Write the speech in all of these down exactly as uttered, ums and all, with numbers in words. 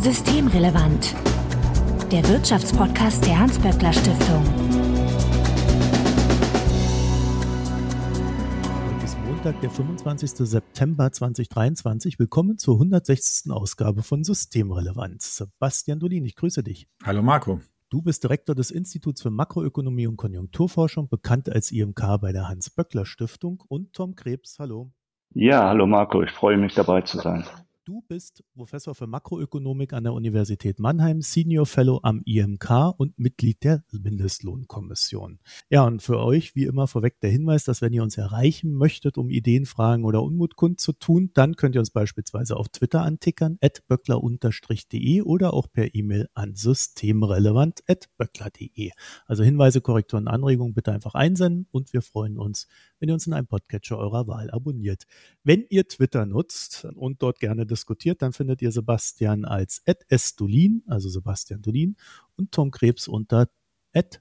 Systemrelevant. Der Wirtschaftspodcast der Hans-Böckler-Stiftung. Heute ist Montag, der fünfundzwanzigster September zweitausenddreiundzwanzig. Willkommen zur hundertsechzigsten Ausgabe von Systemrelevant. Sebastian Dolin, ich grüße dich. Hallo Marco. Du bist Direktor des Instituts für Makroökonomie und Konjunkturforschung, bekannt als I M K bei der Hans-Böckler-Stiftung. Und Tom Krebs, hallo. Ja, hallo Marco, ich freue mich dabei zu sein. Du bist Professor für Makroökonomik an der Universität Mannheim, Senior Fellow am I M K und Mitglied der Mindestlohnkommission. Ja, und für euch wie immer vorweg der Hinweis, dass wenn ihr uns erreichen möchtet, um Ideen, Fragen oder Unmut kundzutun, dann könnt ihr uns beispielsweise auf Twitter antickern, at böckler unterstrich de oder auch per E-Mail an systemrelevant at böckler punkt de. Also Hinweise, Korrekturen, Anregungen bitte einfach einsenden und wir freuen uns, wenn ihr uns in einem Podcatcher eurer Wahl abonniert. Wenn ihr Twitter nutzt und dort gerne diskutiert, dann findet ihr Sebastian als at sdolin, also Sebastian Dolin, und Tom Krebs unter at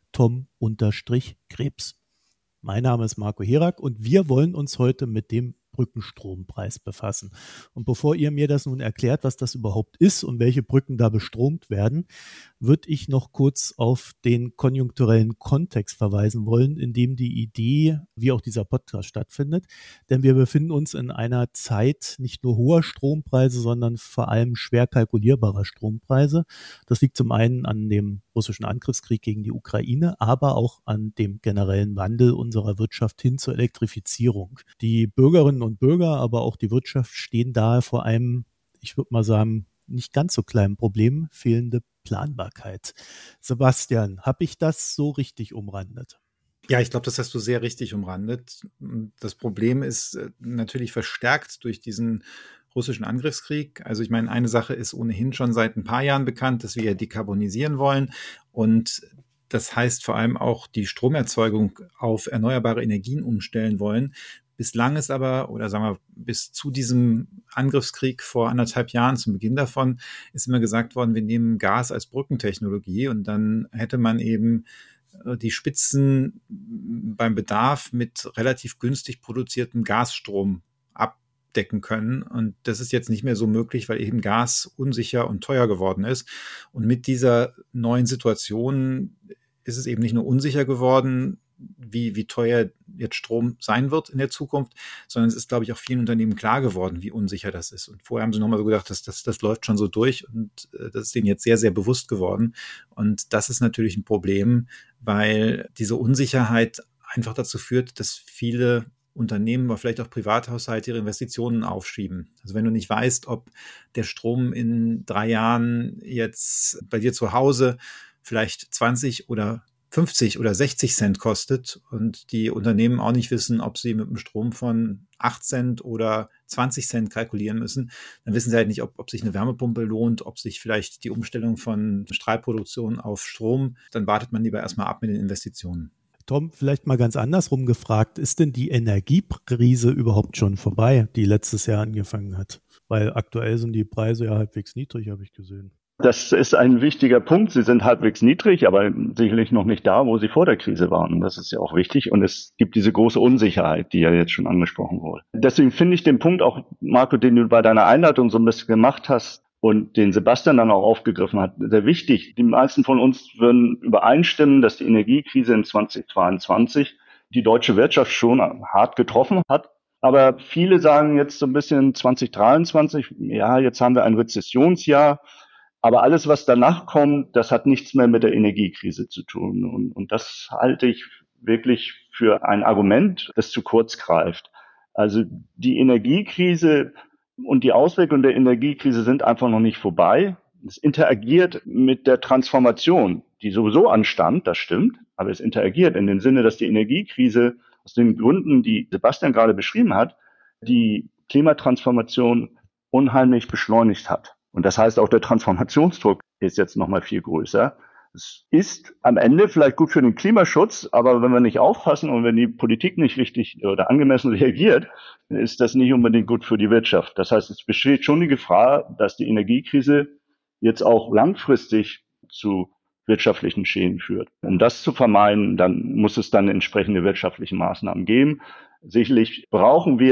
tom-krebs. Mein Name ist Marco Herak und wir wollen uns heute mit dem Brückenstrompreis befassen. Und bevor ihr mir das nun erklärt, was das überhaupt ist und welche Brücken da bestromt werden, würde ich noch kurz auf den konjunkturellen Kontext verweisen wollen, in dem die Idee, wie auch dieser Podcast stattfindet. Denn wir befinden uns in einer Zeit nicht nur hoher Strompreise, sondern vor allem schwer kalkulierbarer Strompreise. Das liegt zum einen an dem russischen Angriffskrieg gegen die Ukraine, aber auch an dem generellen Wandel unserer Wirtschaft hin zur Elektrifizierung. Die Bürgerinnen und Bürger, aber auch die Wirtschaft stehen daher vor einem, ich würde mal sagen, nicht ganz so kleinen Problem, fehlende Planbarkeit. Sebastian, habe ich das so richtig umrandet? Ja, ich glaube, das hast du sehr richtig umrandet. Das Problem ist natürlich verstärkt durch diesen russischen Angriffskrieg. Also ich meine, eine Sache ist ohnehin schon seit ein paar Jahren bekannt, dass wir dekarbonisieren wollen. Und das heißt vor allem auch die Stromerzeugung auf erneuerbare Energien umstellen wollen. Bislang ist aber, oder sagen wir, bis zu diesem Angriffskrieg vor anderthalb Jahren, zum Beginn davon, ist immer gesagt worden, wir nehmen Gas als Brückentechnologie und dann hätte man eben die Spitzen beim Bedarf mit relativ günstig produziertem Gasstrom abdecken können. Und das ist jetzt nicht mehr so möglich, weil eben Gas unsicher und teuer geworden ist. Und mit dieser neuen Situation ist es eben nicht nur unsicher geworden, wie, wie teuer jetzt Strom sein wird in der Zukunft, sondern es ist, glaube ich, auch vielen Unternehmen klar geworden, wie unsicher das ist. Und vorher haben sie nochmal so gedacht, dass das, das läuft schon so durch und äh, das ist denen jetzt sehr, sehr bewusst geworden. Und das ist natürlich ein Problem, weil diese Unsicherheit einfach dazu führt, dass viele Unternehmen, aber vielleicht auch Privathaushalte ihre Investitionen aufschieben. Also wenn du nicht weißt, ob der Strom in drei Jahren jetzt bei dir zu Hause vielleicht zwanzig oder fünfzig oder sechzig Cent kostet und die Unternehmen auch nicht wissen, ob sie mit einem Strom von acht Cent oder zwanzig Cent kalkulieren müssen, dann wissen sie halt nicht, ob, ob sich eine Wärmepumpe lohnt, ob sich vielleicht die Umstellung von Strahlproduktion auf Strom, dann wartet man lieber erstmal ab mit den Investitionen. Tom, vielleicht mal ganz andersrum gefragt, ist denn die Energiekrise überhaupt schon vorbei, die letztes Jahr angefangen hat? Weil aktuell sind die Preise ja halbwegs niedrig, habe ich gesehen. Das ist ein wichtiger Punkt. Sie sind halbwegs niedrig, aber sicherlich noch nicht da, wo sie vor der Krise waren. Und das ist ja auch wichtig. Und es gibt diese große Unsicherheit, die ja jetzt schon angesprochen wurde. Deswegen finde ich den Punkt auch, Marco, den du bei deiner Einleitung so ein bisschen gemacht hast und den Sebastian dann auch aufgegriffen hat, sehr wichtig. Die meisten von uns würden übereinstimmen, dass die Energiekrise in zweitausendzweiundzwanzig die deutsche Wirtschaft schon hart getroffen hat. Aber viele sagen jetzt so ein bisschen zweitausenddreiundzwanzig, ja, jetzt haben wir ein Rezessionsjahr. Aber alles, was danach kommt, das hat nichts mehr mit der Energiekrise zu tun. Und, und das halte ich wirklich für ein Argument, das zu kurz greift. Also die Energiekrise und die Auswirkungen der Energiekrise sind einfach noch nicht vorbei. Es interagiert mit der Transformation, die sowieso anstand, das stimmt. Aber es interagiert in dem Sinne, dass die Energiekrise aus den Gründen, die Sebastian gerade beschrieben hat, die Klimatransformation unheimlich beschleunigt hat. Und das heißt, auch der Transformationsdruck ist jetzt nochmal viel größer. Es ist am Ende vielleicht gut für den Klimaschutz, aber wenn wir nicht aufpassen und wenn die Politik nicht richtig oder angemessen reagiert, ist das nicht unbedingt gut für die Wirtschaft. Das heißt, es besteht schon die Gefahr, dass die Energiekrise jetzt auch langfristig zu wirtschaftlichen Schäden führt. Um das zu vermeiden, dann muss es dann entsprechende wirtschaftliche Maßnahmen geben. Sicherlich brauchen wir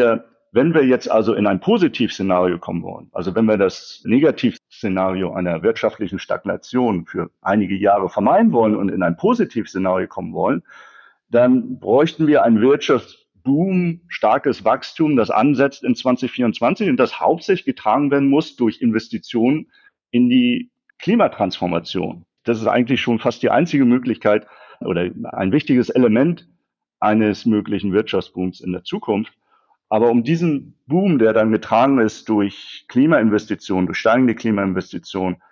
Wenn wir jetzt also in ein Positivszenario kommen wollen, also wenn wir das Negativszenario einer wirtschaftlichen Stagnation für einige Jahre vermeiden wollen und in ein Positivszenario kommen wollen, dann bräuchten wir ein Wirtschaftsboom, starkes Wachstum, das ansetzt in zwanzig vierundzwanzig und das hauptsächlich getragen werden muss durch Investitionen in die Klimatransformation. Das ist eigentlich schon fast die einzige Möglichkeit oder ein wichtiges Element eines möglichen Wirtschaftsbooms in der Zukunft. Aber um diesen Boom, der dann getragen ist durch Klimainvestitionen, durch steigende Klimainvestitionen,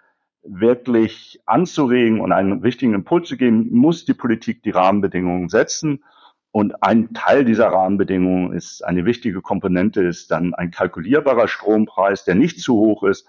wirklich anzuregen und einen wichtigen Impuls zu geben, muss die Politik die Rahmenbedingungen setzen. Und ein Teil dieser Rahmenbedingungen ist, eine wichtige Komponente ist dann ein kalkulierbarer Strompreis, der nicht zu hoch ist.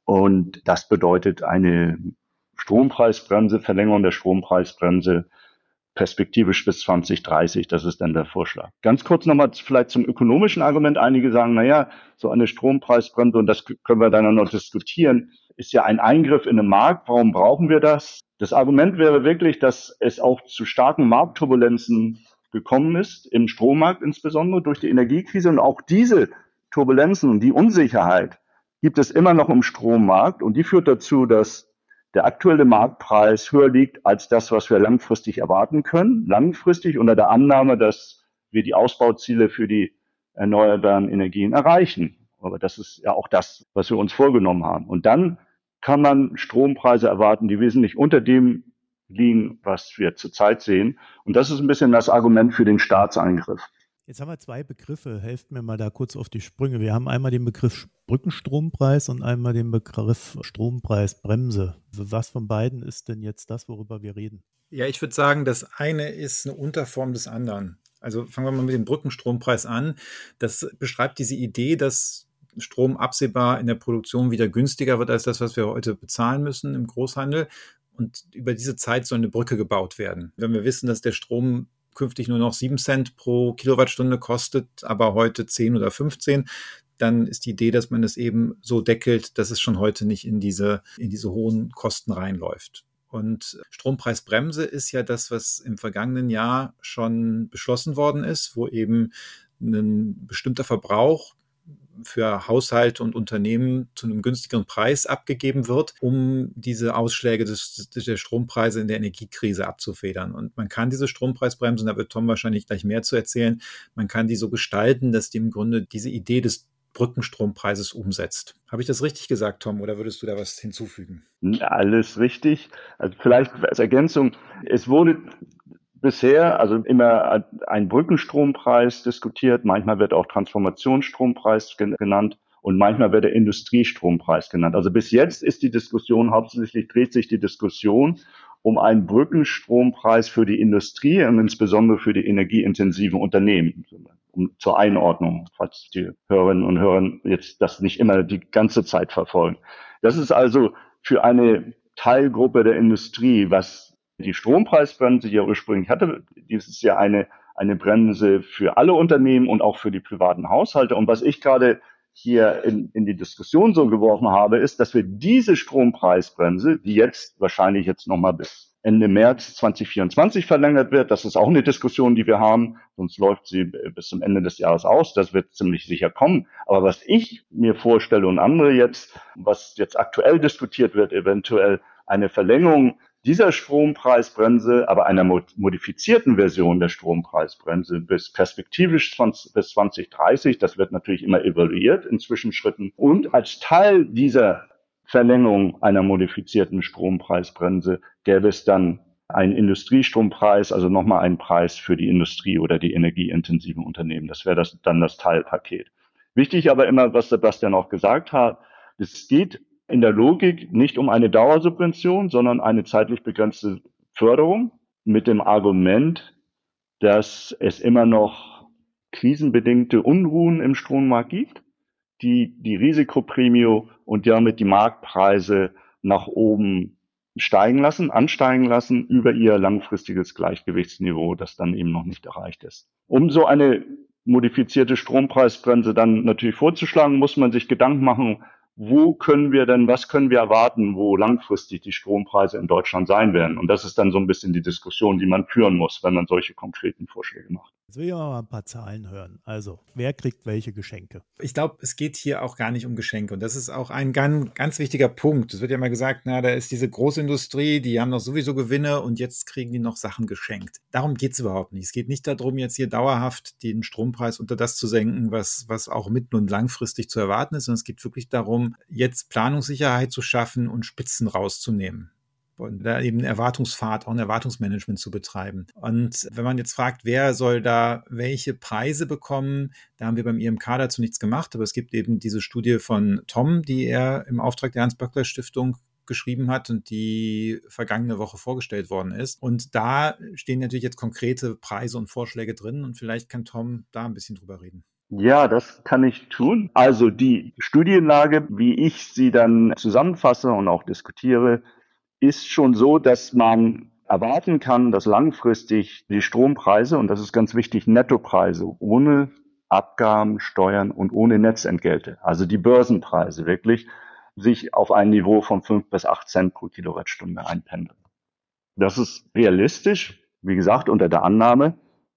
Und das bedeutet eine Strompreisbremse, Verlängerung der Strompreisbremse, perspektivisch bis zwanzig dreißig, das ist dann der Vorschlag. Ganz kurz nochmal vielleicht zum ökonomischen Argument. Einige sagen, naja, so eine Strompreisbremse, und das können wir dann noch diskutieren, ist ja ein Eingriff in den Markt. Warum brauchen wir das? Das Argument wäre wirklich, dass es auch zu starken Marktturbulenzen gekommen ist, im Strommarkt insbesondere durch die Energiekrise. Und auch diese Turbulenzen und die Unsicherheit gibt es immer noch im Strommarkt. Und die führt dazu, dass der aktuelle Marktpreis höher liegt als das, was wir langfristig erwarten können. Langfristig unter der Annahme, dass wir die Ausbauziele für die erneuerbaren Energien erreichen. Aber das ist ja auch das, was wir uns vorgenommen haben. Und dann kann man Strompreise erwarten, die wesentlich unter dem liegen, was wir zurzeit sehen. Und das ist ein bisschen das Argument für den Staatseingriff. Jetzt haben wir zwei Begriffe, helft mir mal da kurz auf die Sprünge. Wir haben einmal den Begriff Brückenstrompreis und einmal den Begriff Strompreisbremse. Was von beiden ist denn jetzt das, worüber wir reden? Ja, ich würde sagen, das eine ist eine Unterform des anderen. Also fangen wir mal mit dem Brückenstrompreis an. Das beschreibt diese Idee, dass Strom absehbar in der Produktion wieder günstiger wird als das, was wir heute bezahlen müssen im Großhandel. Und über diese Zeit soll eine Brücke gebaut werden. Wenn wir wissen, dass der Strom künftig nur noch sieben Cent pro Kilowattstunde kostet, aber heute zehn oder fünfzehn, dann ist die Idee, dass man es eben so deckelt, dass es schon heute nicht in diese, in diese hohen Kosten reinläuft. Und Strompreisbremse ist ja das, was im vergangenen Jahr schon beschlossen worden ist, wo eben ein bestimmter Verbrauch für Haushalte und Unternehmen zu einem günstigeren Preis abgegeben wird, um diese Ausschläge des, der Strompreise in der Energiekrise abzufedern. Und man kann diese Strompreisbremse, und da wird Tom wahrscheinlich gleich mehr zu erzählen, man kann die so gestalten, dass die im Grunde diese Idee des Brückenstrompreises umsetzt. Habe ich das richtig gesagt, Tom, oder würdest du da was hinzufügen? Alles richtig. Also vielleicht als Ergänzung, es wurde bisher also immer ein Brückenstrompreis diskutiert, manchmal wird auch Transformationsstrompreis genannt und manchmal wird der Industriestrompreis genannt. Also bis jetzt ist die Diskussion, hauptsächlich dreht sich die Diskussion um einen Brückenstrompreis für die Industrie und insbesondere für die energieintensiven Unternehmen. Um, zur Einordnung, falls die Hörerinnen und Hörer jetzt das nicht immer die ganze Zeit verfolgen. Das ist also für eine Teilgruppe der Industrie, was die Strompreisbremse, die ja ursprünglich hatte, dieses Jahr eine, eine Bremse für alle Unternehmen und auch für die privaten Haushalte. Und was ich gerade hier in, in die Diskussion so geworfen habe, ist, dass wir diese Strompreisbremse, die jetzt wahrscheinlich jetzt nochmal bis Ende März zwanzig vierundzwanzig verlängert wird, das ist auch eine Diskussion, die wir haben, sonst läuft sie bis zum Ende des Jahres aus, das wird ziemlich sicher kommen. Aber was ich mir vorstelle und andere jetzt, was jetzt aktuell diskutiert wird, eventuell eine Verlängerung dieser Strompreisbremse, aber einer modifizierten Version der Strompreisbremse bis perspektivisch bis zwanzig dreißig, das wird natürlich immer evaluiert in Zwischenschritten. Und als Teil dieser Verlängerung einer modifizierten Strompreisbremse gäbe es dann einen Industriestrompreis, also nochmal einen Preis für die Industrie oder die energieintensiven Unternehmen. Das wäre das, dann das Teilpaket. Wichtig aber immer, was Sebastian auch gesagt hat, es geht in der Logik nicht um eine Dauersubvention, sondern eine zeitlich begrenzte Förderung mit dem Argument, dass es immer noch krisenbedingte Unruhen im Strommarkt gibt, die die Risikoprämie und damit die Marktpreise nach oben steigen lassen, ansteigen lassen über ihr langfristiges Gleichgewichtsniveau, das dann eben noch nicht erreicht ist. Um so eine modifizierte Strompreisbremse dann natürlich vorzuschlagen, muss man sich Gedanken machen, wo können wir denn, was können wir erwarten, wo langfristig die Strompreise in Deutschland sein werden. Und das ist dann so ein bisschen die Diskussion, die man führen muss, wenn man solche konkreten Vorschläge macht. Jetzt will ich mal ein paar Zahlen hören. Also, wer kriegt welche Geschenke? Ich glaube, es geht hier auch gar nicht um Geschenke. Und das ist auch ein ganz, ganz wichtiger Punkt. Es wird ja immer gesagt, na, da ist diese Großindustrie, die haben doch sowieso Gewinne und jetzt kriegen die noch Sachen geschenkt. Darum geht es überhaupt nicht. Es geht nicht darum, jetzt hier dauerhaft den Strompreis unter das zu senken, was, was auch mitten- und langfristig zu erwarten ist, sondern es geht wirklich darum, jetzt Planungssicherheit zu schaffen und Spitzen rauszunehmen. Und da eben Erwartungsfahrt, auch ein Erwartungsmanagement zu betreiben. Und wenn man jetzt fragt, wer soll da welche Preise bekommen, da haben wir beim I M K dazu nichts gemacht, aber es gibt eben diese Studie von Tom, die er im Auftrag der Hans-Böckler-Stiftung geschrieben hat und die vergangene Woche vorgestellt worden ist. Und da stehen natürlich jetzt konkrete Preise und Vorschläge drin und vielleicht kann Tom da ein bisschen drüber reden. Ja, das kann ich tun. Also die Studienlage, wie ich sie dann zusammenfasse und auch diskutiere, ist schon so, dass man erwarten kann, dass langfristig die Strompreise, und das ist ganz wichtig, Nettopreise ohne Abgaben, Steuern und ohne Netzentgelte, also die Börsenpreise wirklich, sich auf ein Niveau von fünf bis acht Cent pro Kilowattstunde einpendeln. Das ist realistisch, wie gesagt, unter der Annahme,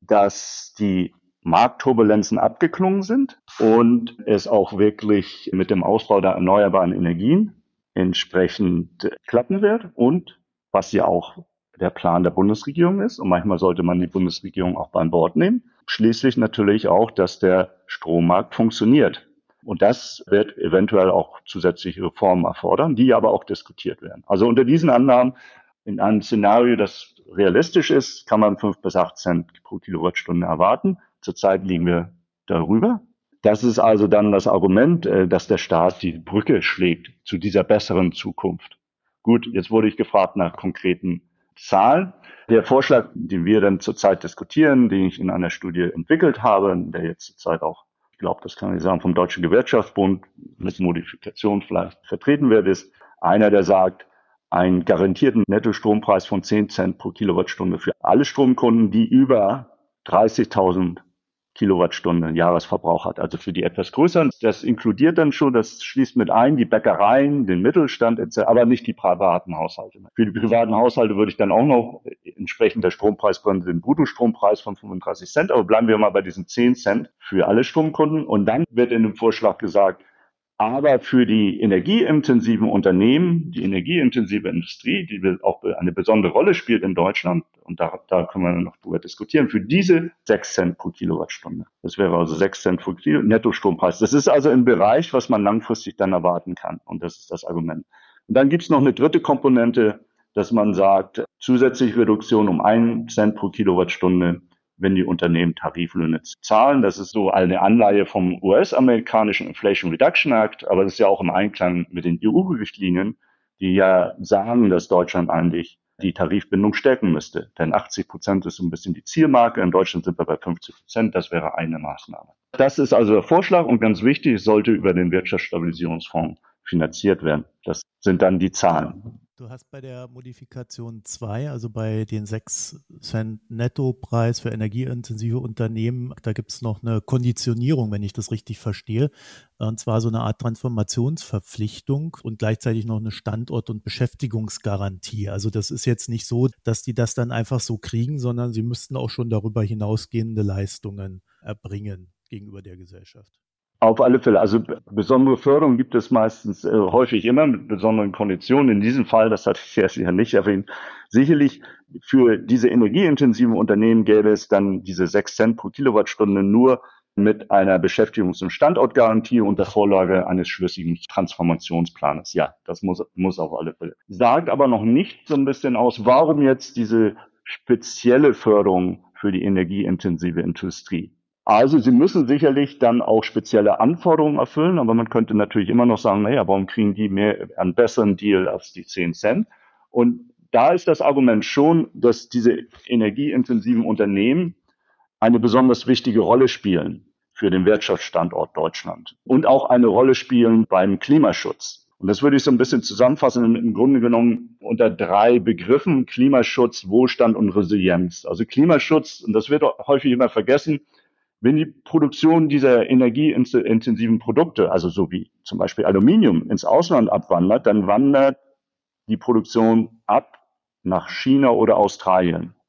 dass die Marktturbulenzen abgeklungen sind und es auch wirklich mit dem Ausbau der erneuerbaren Energien entsprechend klappen wird und was ja auch der Plan der Bundesregierung ist. Und manchmal sollte man die Bundesregierung auch beim Wort nehmen. Schließlich natürlich auch, dass der Strommarkt funktioniert. Und das wird eventuell auch zusätzliche Reformen erfordern, die aber auch diskutiert werden. Also unter diesen Annahmen, in einem Szenario, das realistisch ist, kann man fünf bis acht Cent pro Kilowattstunde erwarten. Zurzeit liegen wir darüber. Das ist also dann das Argument, dass der Staat die Brücke schlägt zu dieser besseren Zukunft. Gut, jetzt wurde ich gefragt nach konkreten Zahlen. Der Vorschlag, den wir dann zurzeit diskutieren, den ich in einer Studie entwickelt habe, der jetzt zurzeit auch, ich glaube, das kann ich sagen, vom Deutschen Gewerkschaftsbund mit Modifikation vielleicht vertreten wird, ist einer, der sagt, einen garantierten Nettostrompreis von zehn Cent pro Kilowattstunde für alle Stromkunden, die über dreißigtausend Kilowattstunde Jahresverbrauch hat, also für die etwas größeren. Das inkludiert dann schon, das schließt mit ein, die Bäckereien, den Mittelstand et cetera, aber nicht die privaten Haushalte. Für die privaten Haushalte würde ich dann auch noch entsprechend der Strompreisbremse den Bruttostrompreis von fünfunddreißig Cent, aber bleiben wir mal bei diesen zehn Cent für alle Stromkunden. Und dann wird in dem Vorschlag gesagt, aber für die energieintensiven Unternehmen, die energieintensive Industrie, die auch eine besondere Rolle spielt in Deutschland, und da, da können wir noch drüber diskutieren, für diese sechs Cent pro Kilowattstunde. Das wäre also sechs Cent pro Kilo Nettostrompreis. Das ist also ein Bereich, was man langfristig dann erwarten kann. Und das ist das Argument. Und dann gibt es noch eine dritte Komponente, dass man sagt, zusätzliche Reduktion um einen Cent pro Kilowattstunde, wenn die Unternehmen Tariflöhne zahlen. Das ist so eine Anleihe vom U S-amerikanischen Inflation Reduction Act, aber das ist ja auch im Einklang mit den E U-Richtlinien, die ja sagen, dass Deutschland eigentlich die Tarifbindung stärken müsste. Denn achtzig Prozent ist so ein bisschen die Zielmarke. In Deutschland sind wir bei fünfzig Prozent. Das wäre eine Maßnahme. Das ist also der Vorschlag und ganz wichtig, es sollte über den Wirtschaftsstabilisierungsfonds finanziert werden. Das sind dann die Zahlen. Du hast bei der Modifikation zwei, also bei den sechs Cent Nettopreis für energieintensive Unternehmen, da gibt es noch eine Konditionierung, wenn ich das richtig verstehe, und zwar so eine Art Transformationsverpflichtung und gleichzeitig noch eine Standort- und Beschäftigungsgarantie. Also das ist jetzt nicht so, dass die das dann einfach so kriegen, sondern sie müssten auch schon darüber hinausgehende Leistungen erbringen gegenüber der Gesellschaft. Auf alle Fälle. Also besondere Förderung gibt es meistens äh, häufig immer mit besonderen Konditionen. In diesem Fall, das hatte ich erst ja nicht erwähnt, sicherlich für diese energieintensiven Unternehmen gäbe es dann diese sechs Cent pro Kilowattstunde nur mit einer Beschäftigungs- und Standortgarantie und der Vorlage eines schlüssigen Transformationsplanes. Ja, das muss, muss auf alle Fälle. Sagt aber noch nicht so ein bisschen aus, warum jetzt diese spezielle Förderung für die energieintensive Industrie. Also sie müssen sicherlich dann auch spezielle Anforderungen erfüllen, aber man könnte natürlich immer noch sagen, naja, warum kriegen die mehr einen besseren Deal als die zehn Cent? Und da ist das Argument schon, dass diese energieintensiven Unternehmen eine besonders wichtige Rolle spielen für den Wirtschaftsstandort Deutschland und auch eine Rolle spielen beim Klimaschutz. Und das würde ich so ein bisschen zusammenfassen, im Grunde genommen unter drei Begriffen: Klimaschutz, Wohlstand und Resilienz. Also Klimaschutz, und das wird häufig immer vergessen, wenn die Produktion dieser energieintensiven Produkte, also so wie zum Beispiel Aluminium, ins Ausland abwandert, dann wandert die Produktion ab nach China oder Australien.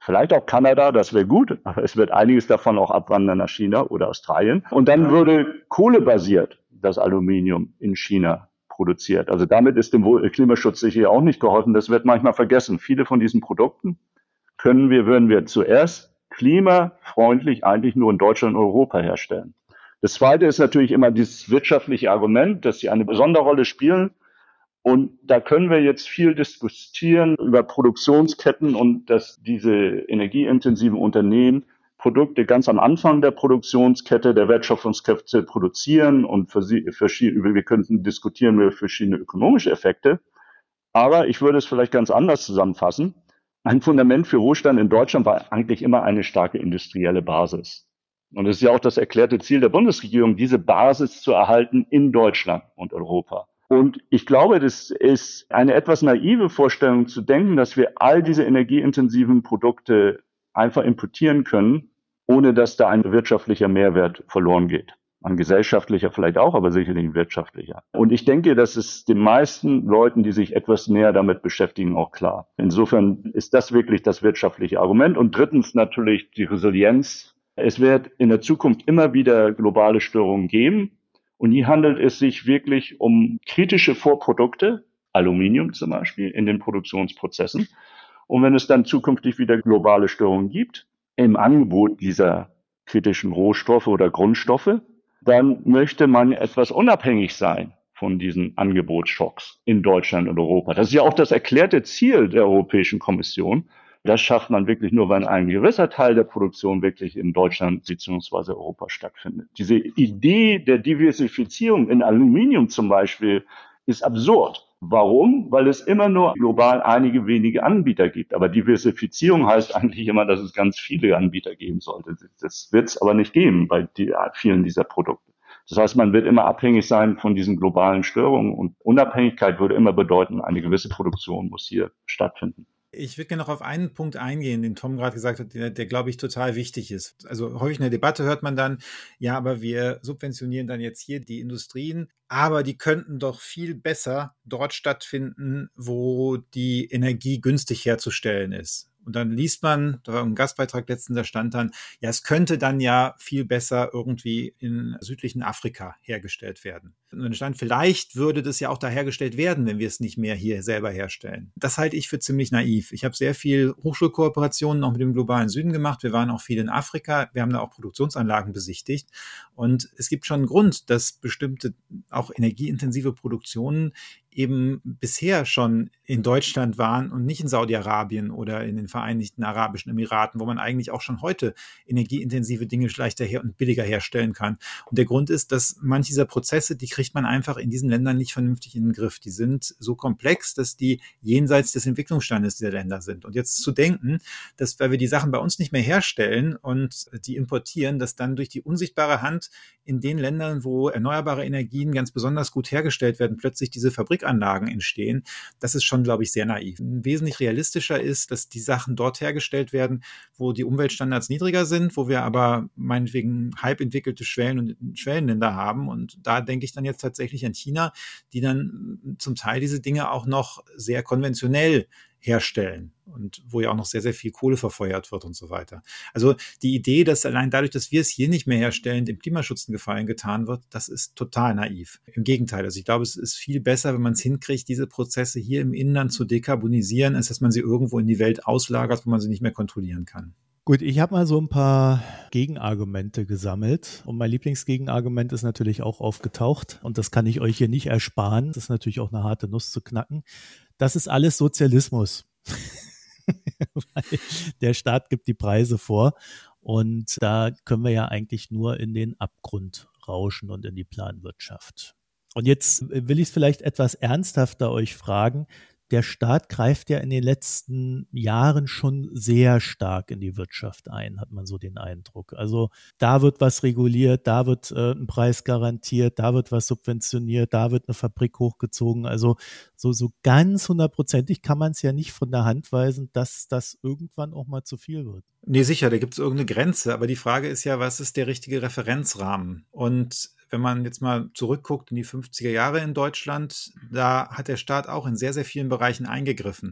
Vielleicht auch Kanada, das wäre gut, aber es wird einiges davon auch abwandern nach China oder Australien. Und dann würde kohlebasiert das Aluminium in China produziert. Also damit ist dem Klimaschutz sicher auch nicht geholfen. Das wird manchmal vergessen. Viele von diesen Produkten können wir, würden wir zuerst klimafreundlich eigentlich nur in Deutschland und Europa herstellen. Das Zweite ist natürlich immer dieses wirtschaftliche Argument, dass sie eine besondere Rolle spielen. Und da können wir jetzt viel diskutieren über Produktionsketten und dass diese energieintensiven Unternehmen Produkte ganz am Anfang der Produktionskette, der Wertschöpfungskette produzieren und für sie, für, wir könnten diskutieren über verschiedene ökonomische Effekte. Aber ich würde es vielleicht ganz anders zusammenfassen. Ein Fundament für Wohlstand in Deutschland war eigentlich immer eine starke industrielle Basis. Und es ist ja auch das erklärte Ziel der Bundesregierung, diese Basis zu erhalten in Deutschland und Europa. Und ich glaube, das ist eine etwas naive Vorstellung zu denken, dass wir all diese energieintensiven Produkte einfach importieren können, ohne dass da ein wirtschaftlicher Mehrwert verloren geht. Ein gesellschaftlicher vielleicht auch, aber sicherlich ein wirtschaftlicher. Und ich denke, das ist den meisten Leuten, die sich etwas näher damit beschäftigen, auch klar. Insofern ist das wirklich das wirtschaftliche Argument. Und drittens natürlich die Resilienz. Es wird in der Zukunft immer wieder globale Störungen geben. Und hier handelt es sich wirklich um kritische Vorprodukte, Aluminium zum Beispiel, in den Produktionsprozessen. Und wenn es dann zukünftig wieder globale Störungen gibt, im Angebot dieser kritischen Rohstoffe oder Grundstoffe, dann möchte man etwas unabhängig sein von diesen Angebotsschocks in Deutschland und Europa. Das ist ja auch das erklärte Ziel der Europäischen Kommission. Das schafft man wirklich nur, wenn ein gewisser Teil der Produktion wirklich in Deutschland bzw. Europa stattfindet. Diese Idee der Diversifizierung in Aluminium zum Beispiel ist absurd. Warum? Weil es immer nur global einige wenige Anbieter gibt. Aber Diversifizierung heißt eigentlich immer, dass es ganz viele Anbieter geben sollte. Das wird es aber nicht geben bei die, vielen dieser Produkte. Das heißt, man wird immer abhängig sein von diesen globalen Störungen. Und Unabhängigkeit würde immer bedeuten, eine gewisse Produktion muss hier stattfinden. Ich würde gerne noch auf einen Punkt eingehen, den Tom gerade gesagt hat, der, der, glaube ich, total wichtig ist. Also häufig in der Debatte hört man dann, ja, aber wir subventionieren dann jetzt hier die Industrien, aber die könnten doch viel besser dort stattfinden, wo die Energie günstig herzustellen ist. Und dann liest man, da war ein Gastbeitrag letztens, da stand dann, ja, es könnte dann ja viel besser irgendwie in südlichen Afrika hergestellt werden. Und dann stand, vielleicht würde das ja auch da hergestellt werden, wenn wir es nicht mehr hier selber herstellen. Das halte ich für ziemlich naiv. Ich habe sehr viel Hochschulkooperationen auch mit dem globalen Süden gemacht. Wir waren auch viel in Afrika. Wir haben da auch Produktionsanlagen besichtigt. Und es gibt schon einen Grund, dass bestimmte auch energieintensive Produktionen eben bisher schon in Deutschland waren und nicht in Saudi-Arabien oder in den Vereinigten Arabischen Emiraten, wo man eigentlich auch schon heute energieintensive Dinge leichter her und billiger herstellen kann. Und der Grund ist, dass manche dieser Prozesse, die kriegt man einfach in diesen Ländern nicht vernünftig in den Griff. Die sind so komplex, dass die jenseits des Entwicklungsstandes dieser Länder sind. Und jetzt zu denken, dass, weil wir die Sachen bei uns nicht mehr herstellen und die importieren, dass dann durch die unsichtbare Hand in den Ländern, wo erneuerbare Energien ganz besonders gut hergestellt werden, plötzlich diese Fabrikanlagen entstehen, das ist schon, glaube ich, sehr naiv. Wesentlich realistischer ist, dass die Sachen dort hergestellt werden, wo die Umweltstandards niedriger sind, wo wir aber meinetwegen halb entwickelte Schwellen- und Schwellenländer haben. Und da denke ich dann jetzt tatsächlich an China, die dann zum Teil diese Dinge auch noch sehr konventionell herstellen und wo ja auch noch sehr, sehr viel Kohle verfeuert wird und so weiter. Also die Idee, dass allein dadurch, dass wir es hier nicht mehr herstellen, dem Klimaschutz einen Gefallen getan wird, das ist total naiv. Im Gegenteil, also ich glaube, es ist viel besser, wenn man es hinkriegt, diese Prozesse hier im Inland zu dekarbonisieren, als dass man sie irgendwo in die Welt auslagert, wo man sie nicht mehr kontrollieren kann. Gut, ich habe mal so ein paar Gegenargumente gesammelt und mein Lieblingsgegenargument ist natürlich auch aufgetaucht und das kann ich euch hier nicht ersparen. Das ist natürlich auch eine harte Nuss zu knacken. Das ist alles Sozialismus. Weil der Staat gibt die Preise vor und da können wir ja eigentlich nur in den Abgrund rauschen und in die Planwirtschaft. Und jetzt will ich es vielleicht etwas ernsthafter euch fragen. Der Staat greift ja in den letzten Jahren schon sehr stark in die Wirtschaft ein, hat man so den Eindruck. Also da wird was reguliert, da wird äh, ein Preis garantiert, da wird was subventioniert, da wird eine Fabrik hochgezogen. Also so, so ganz hundertprozentig kann man es ja nicht von der Hand weisen, dass das irgendwann auch mal zu viel wird. Nee, sicher, da gibt es irgendeine Grenze. Aber die Frage ist ja, was ist der richtige Referenzrahmen? Und wenn man jetzt mal zurückguckt in die fünfziger Jahre in Deutschland, da hat der Staat auch in sehr, sehr vielen Bereichen eingegriffen.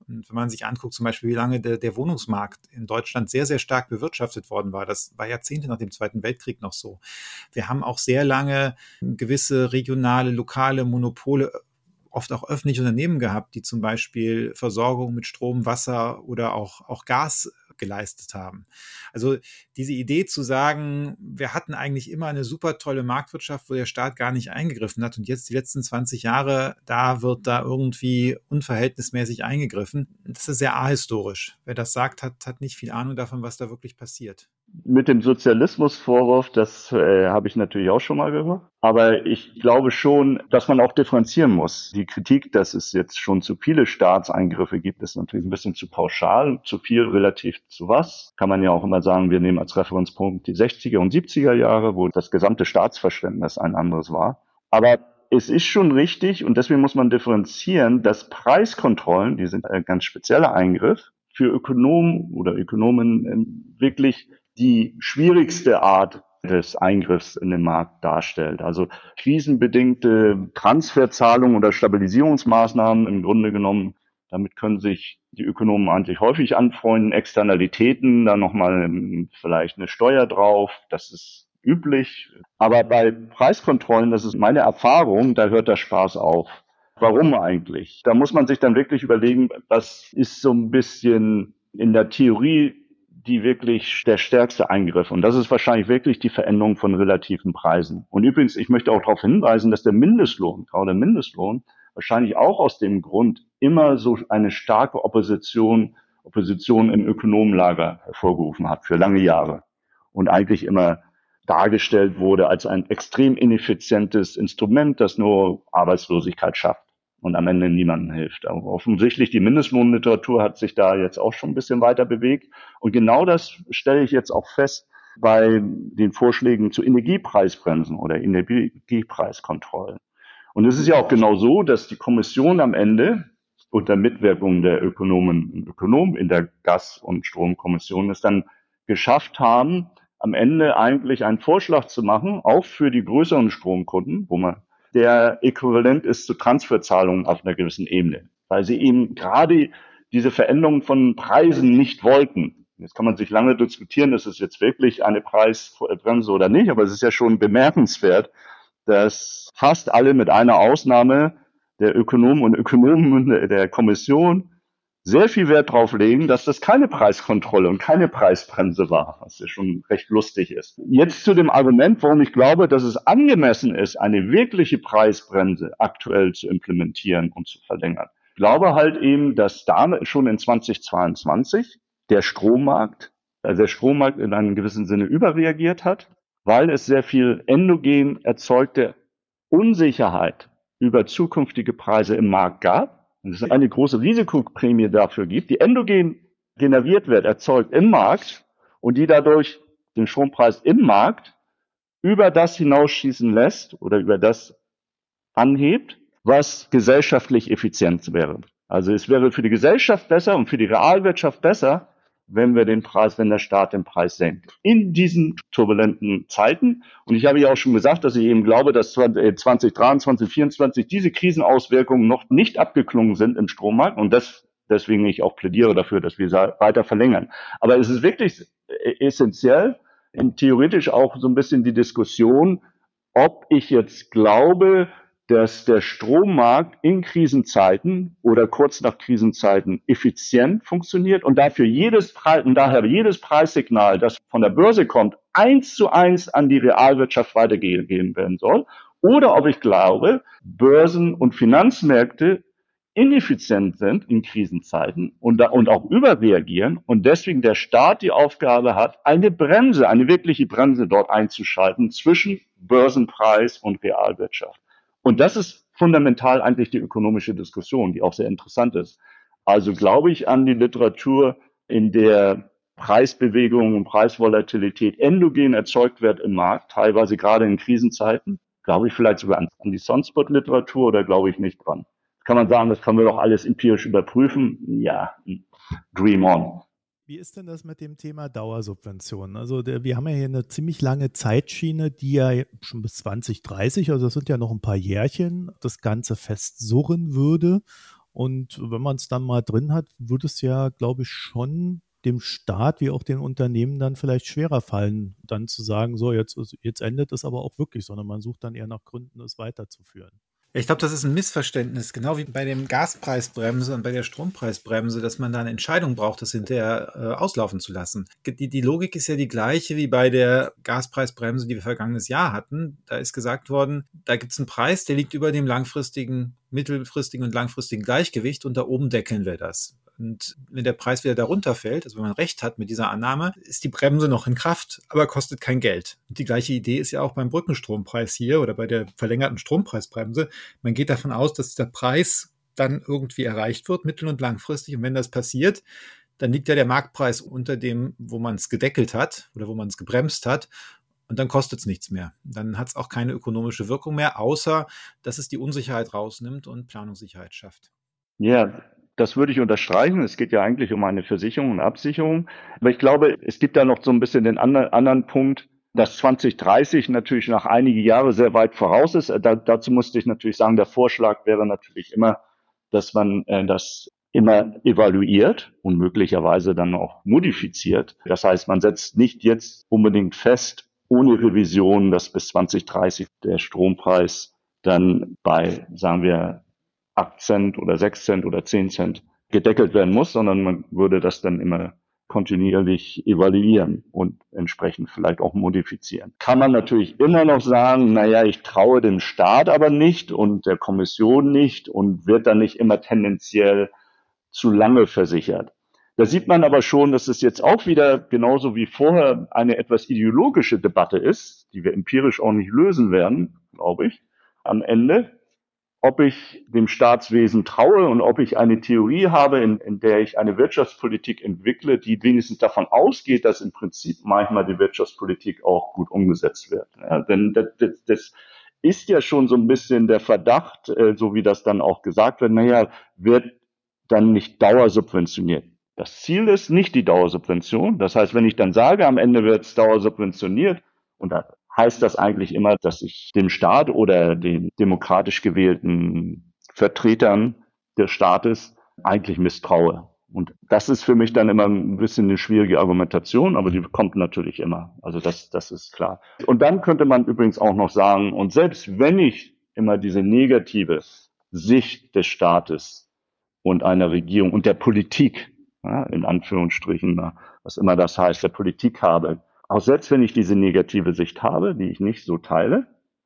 Und wenn man sich anguckt, zum Beispiel, wie lange der, der Wohnungsmarkt in Deutschland sehr, sehr stark bewirtschaftet worden war, das war Jahrzehnte nach dem Zweiten Weltkrieg noch so. Wir haben auch sehr lange gewisse regionale, lokale Monopole, oft auch öffentliche Unternehmen gehabt, die zum Beispiel Versorgung mit Strom, Wasser oder auch, auch Gas geleistet haben. Also diese Idee zu sagen, wir hatten eigentlich immer eine super tolle Marktwirtschaft, wo der Staat gar nicht eingegriffen hat und jetzt die letzten zwanzig Jahre, da wird da irgendwie unverhältnismäßig eingegriffen. Das ist sehr ahistorisch. Wer das sagt, hat, hat nicht viel Ahnung davon, was da wirklich passiert. Mit dem Sozialismusvorwurf, das äh, habe ich natürlich auch schon mal gehört. Aber ich glaube schon, dass man auch differenzieren muss. Die Kritik, dass es jetzt schon zu viele Staatseingriffe gibt, ist natürlich ein bisschen zu pauschal. Zu viel relativ zu was? Kann man ja auch immer sagen, wir nehmen als Referenzpunkt die sechziger und siebziger Jahre, wo das gesamte Staatsverständnis ein anderes war. Aber es ist schon richtig, und deswegen muss man differenzieren, dass Preiskontrollen, die sind ein ganz spezieller Eingriff, für Ökonomen oder Ökonomen wirklich die schwierigste Art des Eingriffs in den Markt darstellt. Also krisenbedingte Transferzahlungen oder Stabilisierungsmaßnahmen im Grunde genommen, damit können sich die Ökonomen eigentlich häufig anfreunden. Externalitäten, dann nochmal vielleicht eine Steuer drauf, das ist üblich. Aber bei Preiskontrollen, das ist meine Erfahrung, da hört der Spaß auf. Warum eigentlich? Da muss man sich dann wirklich überlegen, was ist so ein bisschen in der Theorie die wirklich der stärkste Eingriff. Und das ist wahrscheinlich wirklich die Veränderung von relativen Preisen. Und übrigens, ich möchte auch darauf hinweisen, dass der Mindestlohn, gerade der Mindestlohn, wahrscheinlich auch aus dem Grund immer so eine starke Opposition, Opposition im Ökonomenlager hervorgerufen hat für lange Jahre. Und eigentlich immer dargestellt wurde als ein extrem ineffizientes Instrument, das nur Arbeitslosigkeit schafft und am Ende niemandem hilft. Aber offensichtlich, die Mindestlohnliteratur hat sich da jetzt auch schon ein bisschen weiter bewegt. Und genau das stelle ich jetzt auch fest bei den Vorschlägen zu Energiepreisbremsen oder Energiepreiskontrollen. Und es ist ja auch genau so, dass die Kommission am Ende unter Mitwirkung der Ökonomen und Ökonomen in der Gas- und Stromkommission es dann geschafft haben, am Ende eigentlich einen Vorschlag zu machen, auch für die größeren Stromkunden, wo man der äquivalent ist zu Transferzahlungen auf einer gewissen Ebene, weil sie eben gerade diese Veränderung von Preisen nicht wollten. Jetzt kann man sich lange diskutieren, ist es jetzt wirklich eine Preisbremse oder nicht, aber es ist ja schon bemerkenswert, dass fast alle mit einer Ausnahme der Ökonomen und Ökonomen der Kommission sehr viel Wert drauf legen, dass das keine Preiskontrolle und keine Preisbremse war, was ja schon recht lustig ist. Jetzt zu dem Argument, warum ich glaube, dass es angemessen ist, eine wirkliche Preisbremse aktuell zu implementieren und zu verlängern. Ich glaube halt eben, dass da schon in zweitausendzweiundzwanzig der Strommarkt, also der Strommarkt in einem gewissen Sinne überreagiert hat, weil es sehr viel endogen erzeugte Unsicherheit über zukünftige Preise im Markt gab. Und es eine große Risikoprämie dafür gibt, die endogen generiert wird, erzeugt im Markt und die dadurch den Strompreis im Markt über das hinausschießen lässt oder über das anhebt, was gesellschaftlich effizient wäre. Also es wäre für die Gesellschaft besser und für die Realwirtschaft besser, wenn wir den Preis, wenn der Staat den Preis senkt. In diesen turbulenten Zeiten. Und ich habe ja auch schon gesagt, dass ich eben glaube, dass zwanzig dreiundzwanzig, zwanzig vierundzwanzig diese Krisenauswirkungen noch nicht abgeklungen sind im Strommarkt. Und das, deswegen ich auch plädiere dafür, dass wir weiter verlängern. Aber es ist wirklich essentiell, theoretisch auch so ein bisschen die Diskussion, ob ich jetzt glaube, dass der Strommarkt in Krisenzeiten oder kurz nach Krisenzeiten effizient funktioniert und dafür jedes Preis, und daher jedes Preissignal, das von der Börse kommt, eins zu eins an die Realwirtschaft weitergegeben werden soll. Oder ob ich glaube, Börsen und Finanzmärkte ineffizient sind in Krisenzeiten und, da, und auch überreagieren und deswegen der Staat die Aufgabe hat, eine Bremse, eine wirkliche Bremse dort einzuschalten zwischen Börsenpreis und Realwirtschaft. Und das ist fundamental eigentlich die ökonomische Diskussion, die auch sehr interessant ist. Also glaube ich an die Literatur, in der Preisbewegungen und Preisvolatilität endogen erzeugt wird im Markt, teilweise gerade in Krisenzeiten. Glaube ich vielleicht sogar an, an die Sunspot-Literatur oder glaube ich nicht dran? Kann man sagen, das können wir doch alles empirisch überprüfen? Ja, dream on. Wie ist denn das mit dem Thema Dauersubventionen? Also der, wir haben ja hier eine ziemlich lange Zeitschiene, die ja schon bis zwanzig dreißig, also das sind ja noch ein paar Jährchen, das Ganze festsurren würde. Und wenn man es dann mal drin hat, wird es ja, glaube ich, schon dem Staat wie auch den Unternehmen dann vielleicht schwerer fallen, dann zu sagen, so jetzt, jetzt endet es aber auch wirklich, sondern man sucht dann eher nach Gründen, es weiterzuführen. Ich glaube, das ist ein Missverständnis, genau wie bei dem Gaspreisbremse und bei der Strompreisbremse, dass man da eine Entscheidung braucht, das hinterher äh, auslaufen zu lassen. Die, die Logik ist ja die gleiche wie bei der Gaspreisbremse, die wir vergangenes Jahr hatten. Da ist gesagt worden, da gibt es einen Preis, der liegt über dem langfristigen, mittelfristigen und langfristigen Gleichgewicht und da oben deckeln wir das. Und wenn der Preis wieder darunter fällt, also wenn man recht hat mit dieser Annahme, ist die Bremse noch in Kraft, aber kostet kein Geld. Und die gleiche Idee ist ja auch beim Brückenstrompreis hier oder bei der verlängerten Strompreisbremse. Man geht davon aus, dass dieser Preis dann irgendwie erreicht wird, mittel- und langfristig. Und wenn das passiert, dann liegt ja der Marktpreis unter dem, wo man es gedeckelt hat oder wo man es gebremst hat. Und dann kostet es nichts mehr. Dann hat es auch keine ökonomische Wirkung mehr, außer dass es die Unsicherheit rausnimmt und Planungssicherheit schafft. Ja, das würde ich unterstreichen. Es geht ja eigentlich um eine Versicherung und Absicherung. Aber ich glaube, es gibt da noch so ein bisschen den anderen, anderen Punkt, dass zwanzig dreißig natürlich nach einigen Jahren sehr weit voraus ist. Da, dazu musste ich natürlich sagen, der Vorschlag wäre natürlich immer, dass man äh, das immer evaluiert und möglicherweise dann auch modifiziert. Das heißt, man setzt nicht jetzt unbedingt fest, ohne Revision, dass bis zwanzig dreißig der Strompreis dann bei, sagen wir, acht Cent oder sechs Cent oder zehn Cent gedeckelt werden muss, sondern man würde das dann immer kontinuierlich evaluieren und entsprechend vielleicht auch modifizieren. Kann man natürlich immer noch sagen, naja, ich traue dem Staat aber nicht und der Kommission nicht und wird dann nicht immer tendenziell zu lange versichert. Da sieht man aber schon, dass es jetzt auch wieder genauso wie vorher eine etwas ideologische Debatte ist, die wir empirisch auch nicht lösen werden, glaube ich, am Ende. Ob ich dem Staatswesen traue und ob ich eine Theorie habe, in, in der ich eine Wirtschaftspolitik entwickle, die wenigstens davon ausgeht, dass im Prinzip manchmal die Wirtschaftspolitik auch gut umgesetzt wird. Ja, denn das, das, das ist ja schon so ein bisschen der Verdacht, äh, so wie das dann auch gesagt wird, naja, wird dann nicht dauersubventioniert. Das Ziel ist nicht die Dauersubvention. Das heißt, wenn ich dann sage, am Ende wird es dauersubventioniert und da heißt das eigentlich immer, dass ich dem Staat oder den demokratisch gewählten Vertretern des Staates eigentlich misstraue. Und das ist für mich dann immer ein bisschen eine schwierige Argumentation, aber die kommt natürlich immer. Also das, das ist klar. Und dann könnte man übrigens auch noch sagen, und selbst wenn ich immer diese negative Sicht des Staates und einer Regierung und der Politik, ja, in Anführungsstrichen, was immer das heißt, der Politik habe, auch selbst wenn ich diese negative Sicht habe, die ich nicht so teile,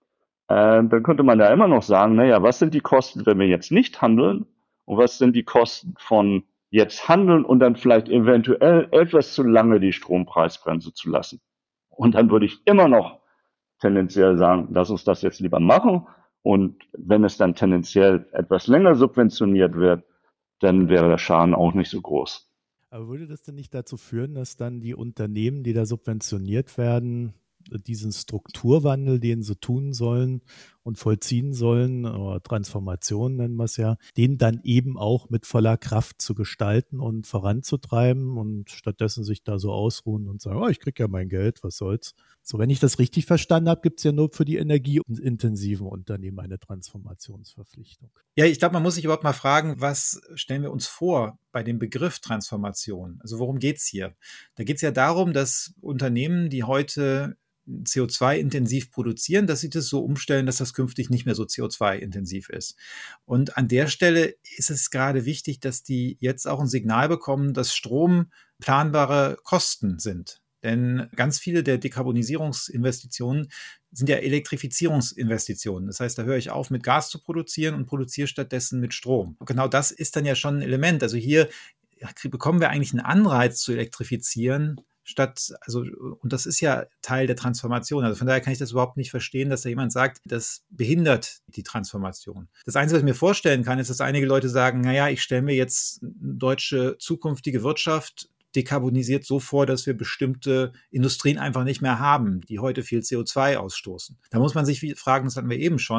äh, dann könnte man ja immer noch sagen, naja, was sind die Kosten, wenn wir jetzt nicht handeln und was sind die Kosten von jetzt handeln und dann vielleicht eventuell etwas zu lange die Strompreisbremse zu lassen. Und dann würde ich immer noch tendenziell sagen, lass uns das jetzt lieber machen und wenn es dann tendenziell etwas länger subventioniert wird, dann wäre der Schaden auch nicht so groß. Aber würde das denn nicht dazu führen, dass dann die Unternehmen, die da subventioniert werden, diesen Strukturwandel, den sie tun sollen und vollziehen sollen, oder Transformation nennen wir es ja, den dann eben auch mit voller Kraft zu gestalten und voranzutreiben und stattdessen sich da so ausruhen und sagen, oh, ich kriege ja mein Geld, was soll's. So, wenn ich das richtig verstanden habe, gibt es ja nur für die energieintensiven Unternehmen eine Transformationsverpflichtung. Ja, ich glaube, man muss sich überhaupt mal fragen, was stellen wir uns vor bei dem Begriff Transformation? Also worum geht's hier? Da geht es ja darum, dass Unternehmen, die heute C O zwei intensiv produzieren, dass sie das so umstellen, dass das künftig nicht mehr so C O zwei intensiv ist. Und an der Stelle ist es gerade wichtig, dass die jetzt auch ein Signal bekommen, dass Strom planbare Kosten sind. Denn ganz viele der Dekarbonisierungsinvestitionen sind ja Elektrifizierungsinvestitionen. Das heißt, da höre ich auf, mit Gas zu produzieren und produziere stattdessen mit Strom. Und genau das ist dann ja schon ein Element. Also hier bekommen wir eigentlich einen Anreiz zu elektrifizieren, statt, also, und das ist ja Teil der Transformation. Also von daher kann ich das überhaupt nicht verstehen, dass da jemand sagt, das behindert die Transformation. Das Einzige, was ich mir vorstellen kann, ist, dass einige Leute sagen, naja, ich stelle mir jetzt eine deutsche zukünftige Wirtschaft dekarbonisiert so vor, dass wir bestimmte Industrien einfach nicht mehr haben, die heute viel C O zwei ausstoßen. Da muss man sich fragen, das hatten wir eben schon,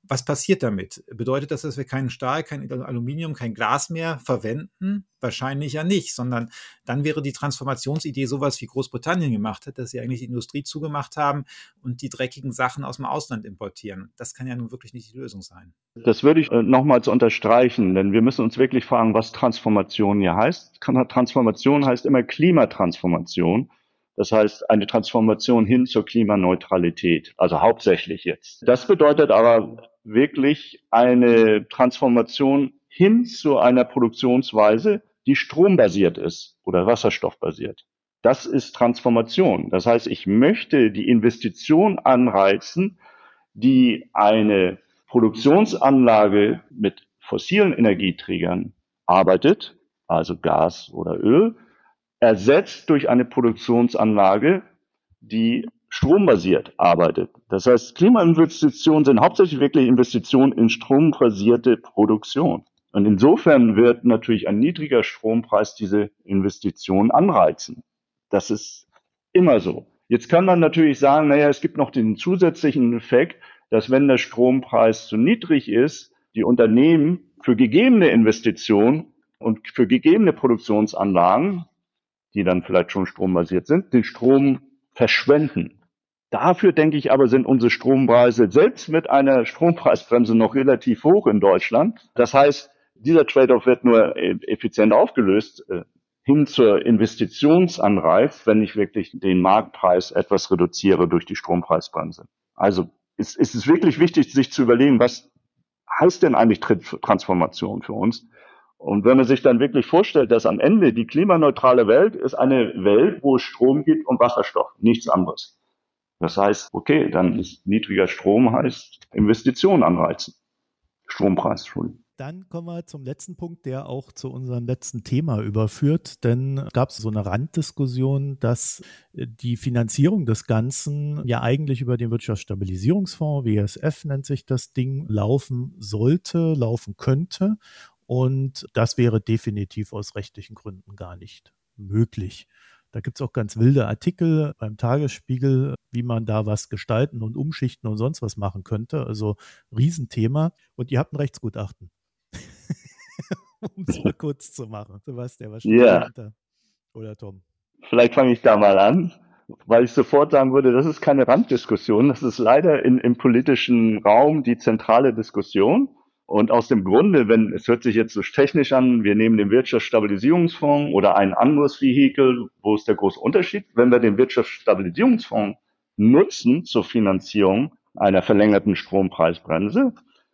Was passiert damit? Bedeutet das, dass wir keinen Stahl, kein Aluminium, kein Glas mehr verwenden? Wahrscheinlich ja nicht, sondern dann wäre die Transformationsidee sowas, wie Großbritannien gemacht hat, dass sie eigentlich die Industrie zugemacht haben und die dreckigen Sachen aus dem Ausland importieren. Das kann ja nun wirklich nicht die Lösung sein. Das würde ich nochmals unterstreichen, denn wir müssen uns wirklich fragen, was Transformation hier heißt. Transformation heißt immer Klimatransformation. Das heißt, eine Transformation hin zur Klimaneutralität, also hauptsächlich jetzt. Das bedeutet aber wirklich eine Transformation hin zu einer Produktionsweise, die strombasiert ist oder wasserstoffbasiert. Das ist Transformation. Das heißt, ich möchte die Investition anreizen, die eine Produktionsanlage mit fossilen Energieträgern arbeitet, also Gas oder Öl, ersetzt durch eine Produktionsanlage, die strombasiert arbeitet. Das heißt, Klimainvestitionen sind hauptsächlich wirklich Investitionen in strombasierte Produktion. Und insofern wird natürlich ein niedriger Strompreis diese Investitionen anreizen. Das ist immer so. Jetzt kann man natürlich sagen, naja, es gibt noch den zusätzlichen Effekt, dass wenn der Strompreis zu niedrig ist, die Unternehmen für gegebene Investitionen und für gegebene Produktionsanlagen, die dann vielleicht schon strombasiert sind, den Strom verschwenden. Dafür, denke ich aber, sind unsere Strompreise selbst mit einer Strompreisbremse noch relativ hoch in Deutschland. Das heißt, dieser Trade-off wird nur effizient aufgelöst äh, hin zur Investitionsanreiz, wenn ich wirklich den Marktpreis etwas reduziere durch die Strompreisbremse. Also es, es ist wirklich wichtig, sich zu überlegen, was heißt denn eigentlich Transformation für uns? Und wenn man sich dann wirklich vorstellt, dass am Ende die klimaneutrale Welt ist eine Welt, wo es Strom gibt und Wasserstoff, nichts anderes. Das heißt, okay, dann ist niedriger Strom heißt Investitionen anreizen. Strompreis, Entschuldigung. Dann kommen wir zum letzten Punkt, der auch zu unserem letzten Thema überführt, denn es gab so eine Randdiskussion, dass die Finanzierung des Ganzen ja eigentlich über den Wirtschaftsstabilisierungsfonds, W S F nennt sich das Ding, laufen sollte, laufen könnte und das wäre definitiv aus rechtlichen Gründen gar nicht möglich. Da gibt es auch ganz wilde Artikel beim Tagesspiegel, wie man da was gestalten und umschichten und sonst was machen könnte. Also Riesenthema. Und ihr habt ein Rechtsgutachten. Um es mal kurz zu machen. Sebastian, was steht Ja. dahinter? Oder Tom? Vielleicht fange ich da mal an, weil ich sofort sagen würde, das ist keine Randdiskussion. Das ist leider in, im politischen Raum die zentrale Diskussion. Und aus dem Grunde, wenn, es hört sich jetzt so technisch an, wir nehmen den Wirtschaftsstabilisierungsfonds oder ein anderes Vehikel, wo ist der große Unterschied? Wenn wir den Wirtschaftsstabilisierungsfonds nutzen zur Finanzierung einer verlängerten Strompreisbremse,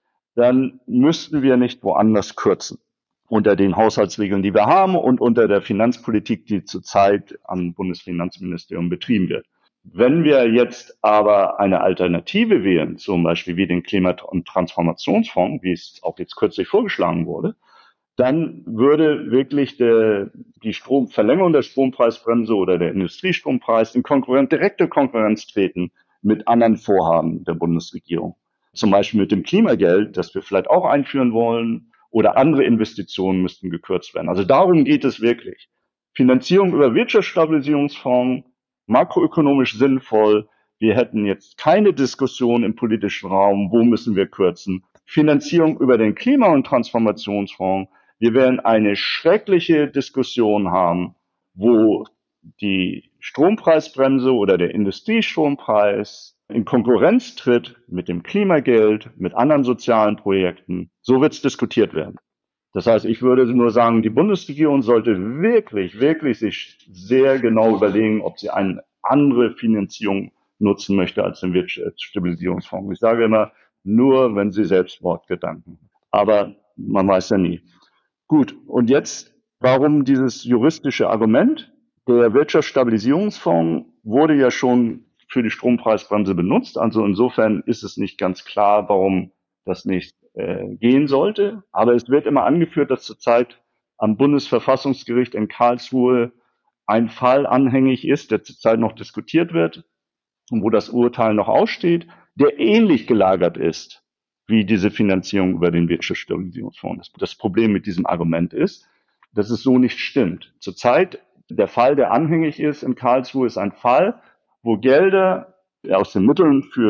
dann müssten wir nicht woanders kürzen. Unter den Haushaltsregeln, die wir haben und unter der Finanzpolitik, die zurzeit am Bundesfinanzministerium betrieben wird. Wenn wir jetzt aber eine Alternative wählen, zum Beispiel wie den Klima- und Transformationsfonds, wie es auch jetzt kürzlich vorgeschlagen wurde, dann würde wirklich der, die Strom, Verlängerung der Strompreisbremse oder der Industriestrompreis in Konkurrenz, direkte Konkurrenz treten mit anderen Vorhaben der Bundesregierung. Zum Beispiel mit dem Klimageld, das wir vielleicht auch einführen wollen, oder andere Investitionen müssten gekürzt werden. Also darum geht es wirklich. Finanzierung über Wirtschaftsstabilisierungsfonds, makroökonomisch sinnvoll. Wir hätten jetzt keine Diskussion im politischen Raum, wo müssen wir kürzen. Finanzierung über den Klima- und Transformationsfonds. Wir werden eine schreckliche Diskussion haben, wo die Strompreisbremse oder der Industriestrompreis in Konkurrenz tritt mit dem Klimageld, mit anderen sozialen Projekten. So wird es diskutiert werden. Das heißt, ich würde nur sagen, die Bundesregierung sollte wirklich, wirklich sich sehr genau überlegen, ob sie eine andere Finanzierung nutzen möchte als den Wirtschaftsstabilisierungsfonds. Ich sage immer, nur wenn sie Selbstmordgedanken. Aber man weiß ja nie. Gut, und jetzt, warum dieses juristische Argument? Der Wirtschaftsstabilisierungsfonds wurde ja schon für die Strompreisbremse benutzt. Also insofern ist es nicht ganz klar, warum das nicht äh, gehen sollte. Aber es wird immer angeführt, dass zurzeit am Bundesverfassungsgericht in Karlsruhe ein Fall anhängig ist, der zurzeit noch diskutiert wird und wo das Urteil noch aussteht, der ähnlich gelagert ist wie diese Finanzierung über den Wirtschaftsstabilisierungsfonds. Das Problem mit diesem Argument ist, dass es so nicht stimmt. Zurzeit, der Fall, der anhängig ist in Karlsruhe, ist ein Fall, wo Gelder aus den Mitteln für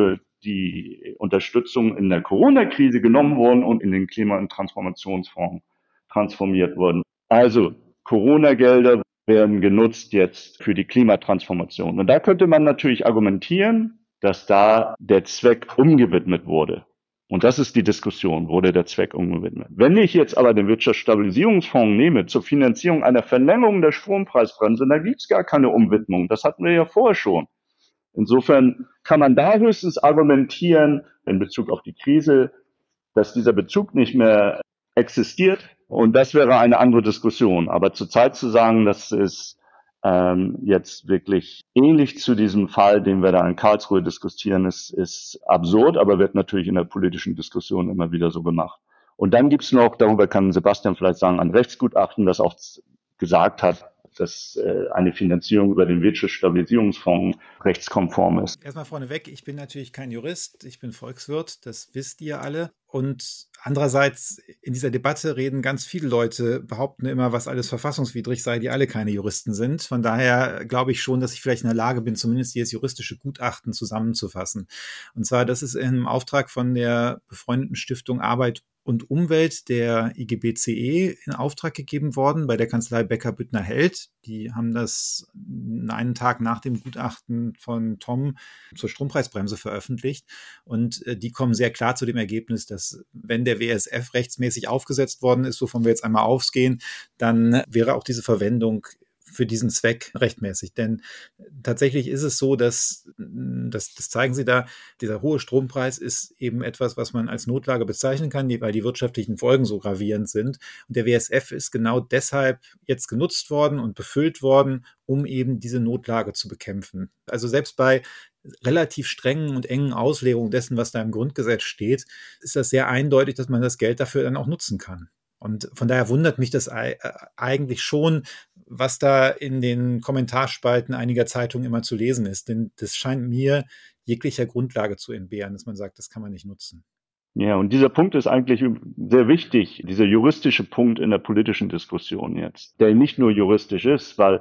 die Unterstützung in der Corona-Krise genommen wurden und in den Klima- und Transformationsfonds transformiert wurden. Also Corona-Gelder werden genutzt jetzt für die Klimatransformation. Und da könnte man natürlich argumentieren, dass da der Zweck umgewidmet wurde. Und das ist die Diskussion, wurde der Zweck umgewidmet. Wenn ich jetzt aber den Wirtschaftsstabilisierungsfonds nehme zur Finanzierung einer Verlängerung der Strompreisbremse, dann gibt es gar keine Umwidmung. Das hatten wir ja vorher schon. Insofern kann man da höchstens argumentieren, in Bezug auf die Krise, dass dieser Bezug nicht mehr existiert. Und das wäre eine andere Diskussion. Aber zurzeit zu sagen, das ist ähm, jetzt wirklich ähnlich zu diesem Fall, den wir da in Karlsruhe diskutieren, ist, ist absurd, aber wird natürlich in der politischen Diskussion immer wieder so gemacht. Und dann gibt es noch, darüber kann Sebastian vielleicht sagen, ein Rechtsgutachten, das auch gesagt hat, dass äh, eine Finanzierung über den Wirtschaftsstabilisierungsfonds rechtskonform ist. Erstmal vorneweg, ich bin natürlich kein Jurist, ich bin Volkswirt, das wisst ihr alle. Und andererseits, in dieser Debatte reden ganz viele Leute, behaupten immer, was alles verfassungswidrig sei, die alle keine Juristen sind. Von daher glaube ich schon, dass ich vielleicht in der Lage bin, zumindest dieses juristische Gutachten zusammenzufassen. Und zwar, das ist im Auftrag von der befreundeten Stiftung Arbeit und Umwelt der I G B C E in Auftrag gegeben worden bei der Kanzlei Becker-Büttner-Held. Die haben das einen Tag nach dem Gutachten von Tom zur Strompreisbremse veröffentlicht. Und die kommen sehr klar zu dem Ergebnis, dass wenn der W S F rechtsmäßig aufgesetzt worden ist, wovon wir jetzt einmal ausgehen, dann wäre auch diese Verwendung für diesen Zweck rechtmäßig. Denn tatsächlich ist es so, dass, das, das zeigen Sie da, dieser hohe Strompreis ist eben etwas, was man als Notlage bezeichnen kann, weil die wirtschaftlichen Folgen so gravierend sind. Und der W S F ist genau deshalb jetzt genutzt worden und befüllt worden, um eben diese Notlage zu bekämpfen. Also selbst bei relativ strengen und engen Auslegungen dessen, was da im Grundgesetz steht, ist das sehr eindeutig, dass man das Geld dafür dann auch nutzen kann. Und von daher wundert mich das eigentlich schon, was da in den Kommentarspalten einiger Zeitungen immer zu lesen ist. Denn das scheint mir jeglicher Grundlage zu entbehren, dass man sagt, das kann man nicht nutzen. Ja, und dieser Punkt ist eigentlich sehr wichtig, dieser juristische Punkt in der politischen Diskussion jetzt, der nicht nur juristisch ist, weil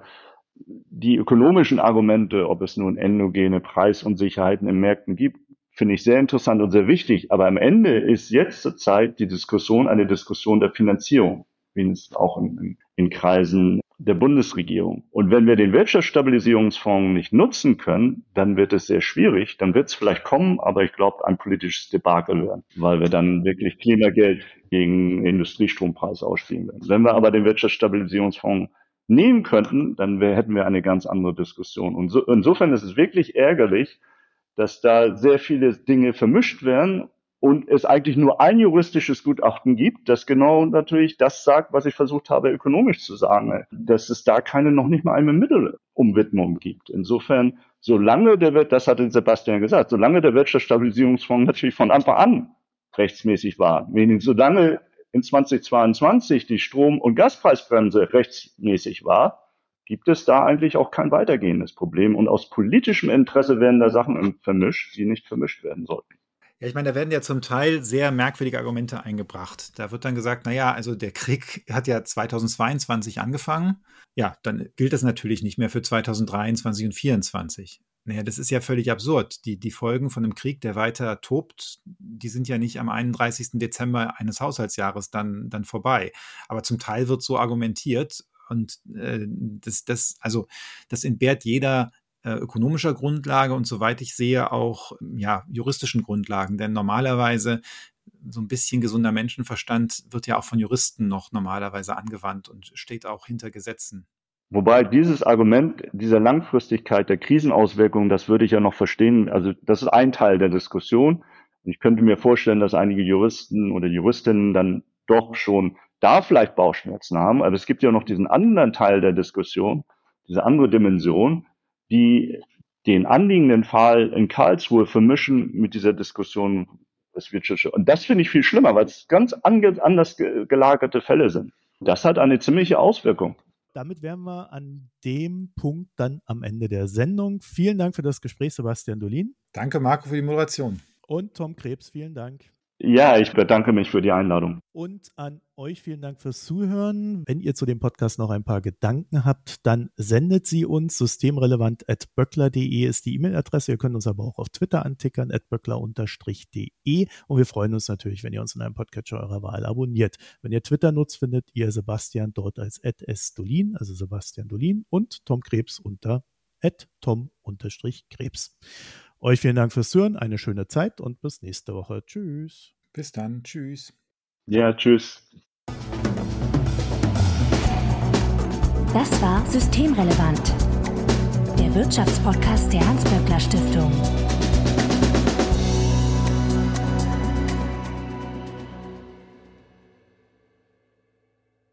die ökonomischen Argumente, ob es nun endogene Preisunsicherheiten in Märkten gibt, finde ich sehr interessant und sehr wichtig. Aber am Ende ist jetzt zur Zeit die Diskussion eine Diskussion der Finanzierung, wie es auch in, in Kreisen der Bundesregierung. Und wenn wir den Wirtschaftsstabilisierungsfonds nicht nutzen können, dann wird es sehr schwierig. Dann wird es vielleicht kommen, aber ich glaube, ein politisches Debakel werden, weil wir dann wirklich Klimageld gegen Industriestrompreis ausspielen werden. Wenn wir aber den Wirtschaftsstabilisierungsfonds nehmen könnten, dann wär, hätten wir eine ganz andere Diskussion. Und so, insofern ist es wirklich ärgerlich, dass da sehr viele Dinge vermischt werden und es eigentlich nur ein juristisches Gutachten gibt, das genau natürlich das sagt, was ich versucht habe, ökonomisch zu sagen, dass es da keine, noch nicht mal eine Mittelumwidmung gibt. Insofern, solange der wird, das hatte Sebastian gesagt, solange der Wirtschaftsstabilisierungsfonds natürlich von Anfang an rechtsmäßig war, wenigstens solange in zweitausendzweiundzwanzig die Strom- und Gaspreisbremse rechtsmäßig war, gibt es da eigentlich auch kein weitergehendes Problem. Und aus politischem Interesse werden da Sachen vermischt, die nicht vermischt werden sollten. Ja, ich meine, da werden ja zum Teil sehr merkwürdige Argumente eingebracht. Da wird dann gesagt, naja, also der Krieg hat ja zweitausendzweiundzwanzig angefangen. Ja, dann gilt das natürlich nicht mehr für zweitausenddreiundzwanzig und zweitausendvierundzwanzig. Naja, das ist ja völlig absurd. Die, die Folgen von einem Krieg, der weiter tobt, die sind ja nicht am einunddreißigsten Dezember eines Haushaltsjahres dann, dann vorbei. Aber zum Teil wird so argumentiert. Und äh, das, das, also das entbehrt jeder äh, ökonomischer Grundlage und soweit ich sehe auch ja, juristischen Grundlagen. Denn normalerweise so ein bisschen gesunder Menschenverstand wird ja auch von Juristen noch normalerweise angewandt und steht auch hinter Gesetzen. Wobei dieses Argument dieser Langfristigkeit der Krisenauswirkungen, das würde ich ja noch verstehen. Also das ist ein Teil der Diskussion. Ich könnte mir vorstellen, dass einige Juristen oder Juristinnen dann doch schon da vielleicht Bauchschmerzen haben, aber es gibt ja noch diesen anderen Teil der Diskussion, diese andere Dimension, die den anliegenden Fall in Karlsruhe vermischen mit dieser Diskussion des Wirtschafts. Und das finde ich viel schlimmer, weil es ganz anders gelagerte Fälle sind. Das hat eine ziemliche Auswirkung. Damit wären wir an dem Punkt dann am Ende der Sendung. Vielen Dank für das Gespräch, Sebastian Dolin. Danke, Marco, für die Moderation. Und Tom Krebs, vielen Dank. Ja, ich bedanke mich für die Einladung. Und an euch vielen Dank fürs Zuhören. Wenn ihr zu dem Podcast noch ein paar Gedanken habt, dann sendet sie uns. systemrelevant at böckler punkt de ist die E-Mail-Adresse. Ihr könnt uns aber auch auf Twitter antickern, at böckler Bindestrich de. Und wir freuen uns natürlich, wenn ihr uns in einem Podcatcher eurer Wahl abonniert. Wenn ihr Twitter nutzt, findet ihr Sebastian dort als at sdolin, also Sebastian Dolin, und Tom Krebs unter at tom-krebs. Euch vielen Dank fürs Zuhören, eine schöne Zeit und bis nächste Woche. Tschüss. Bis dann. Tschüss. Ja, tschüss. Das war Systemrelevant, der Wirtschaftspodcast der Hans-Böckler Stiftung.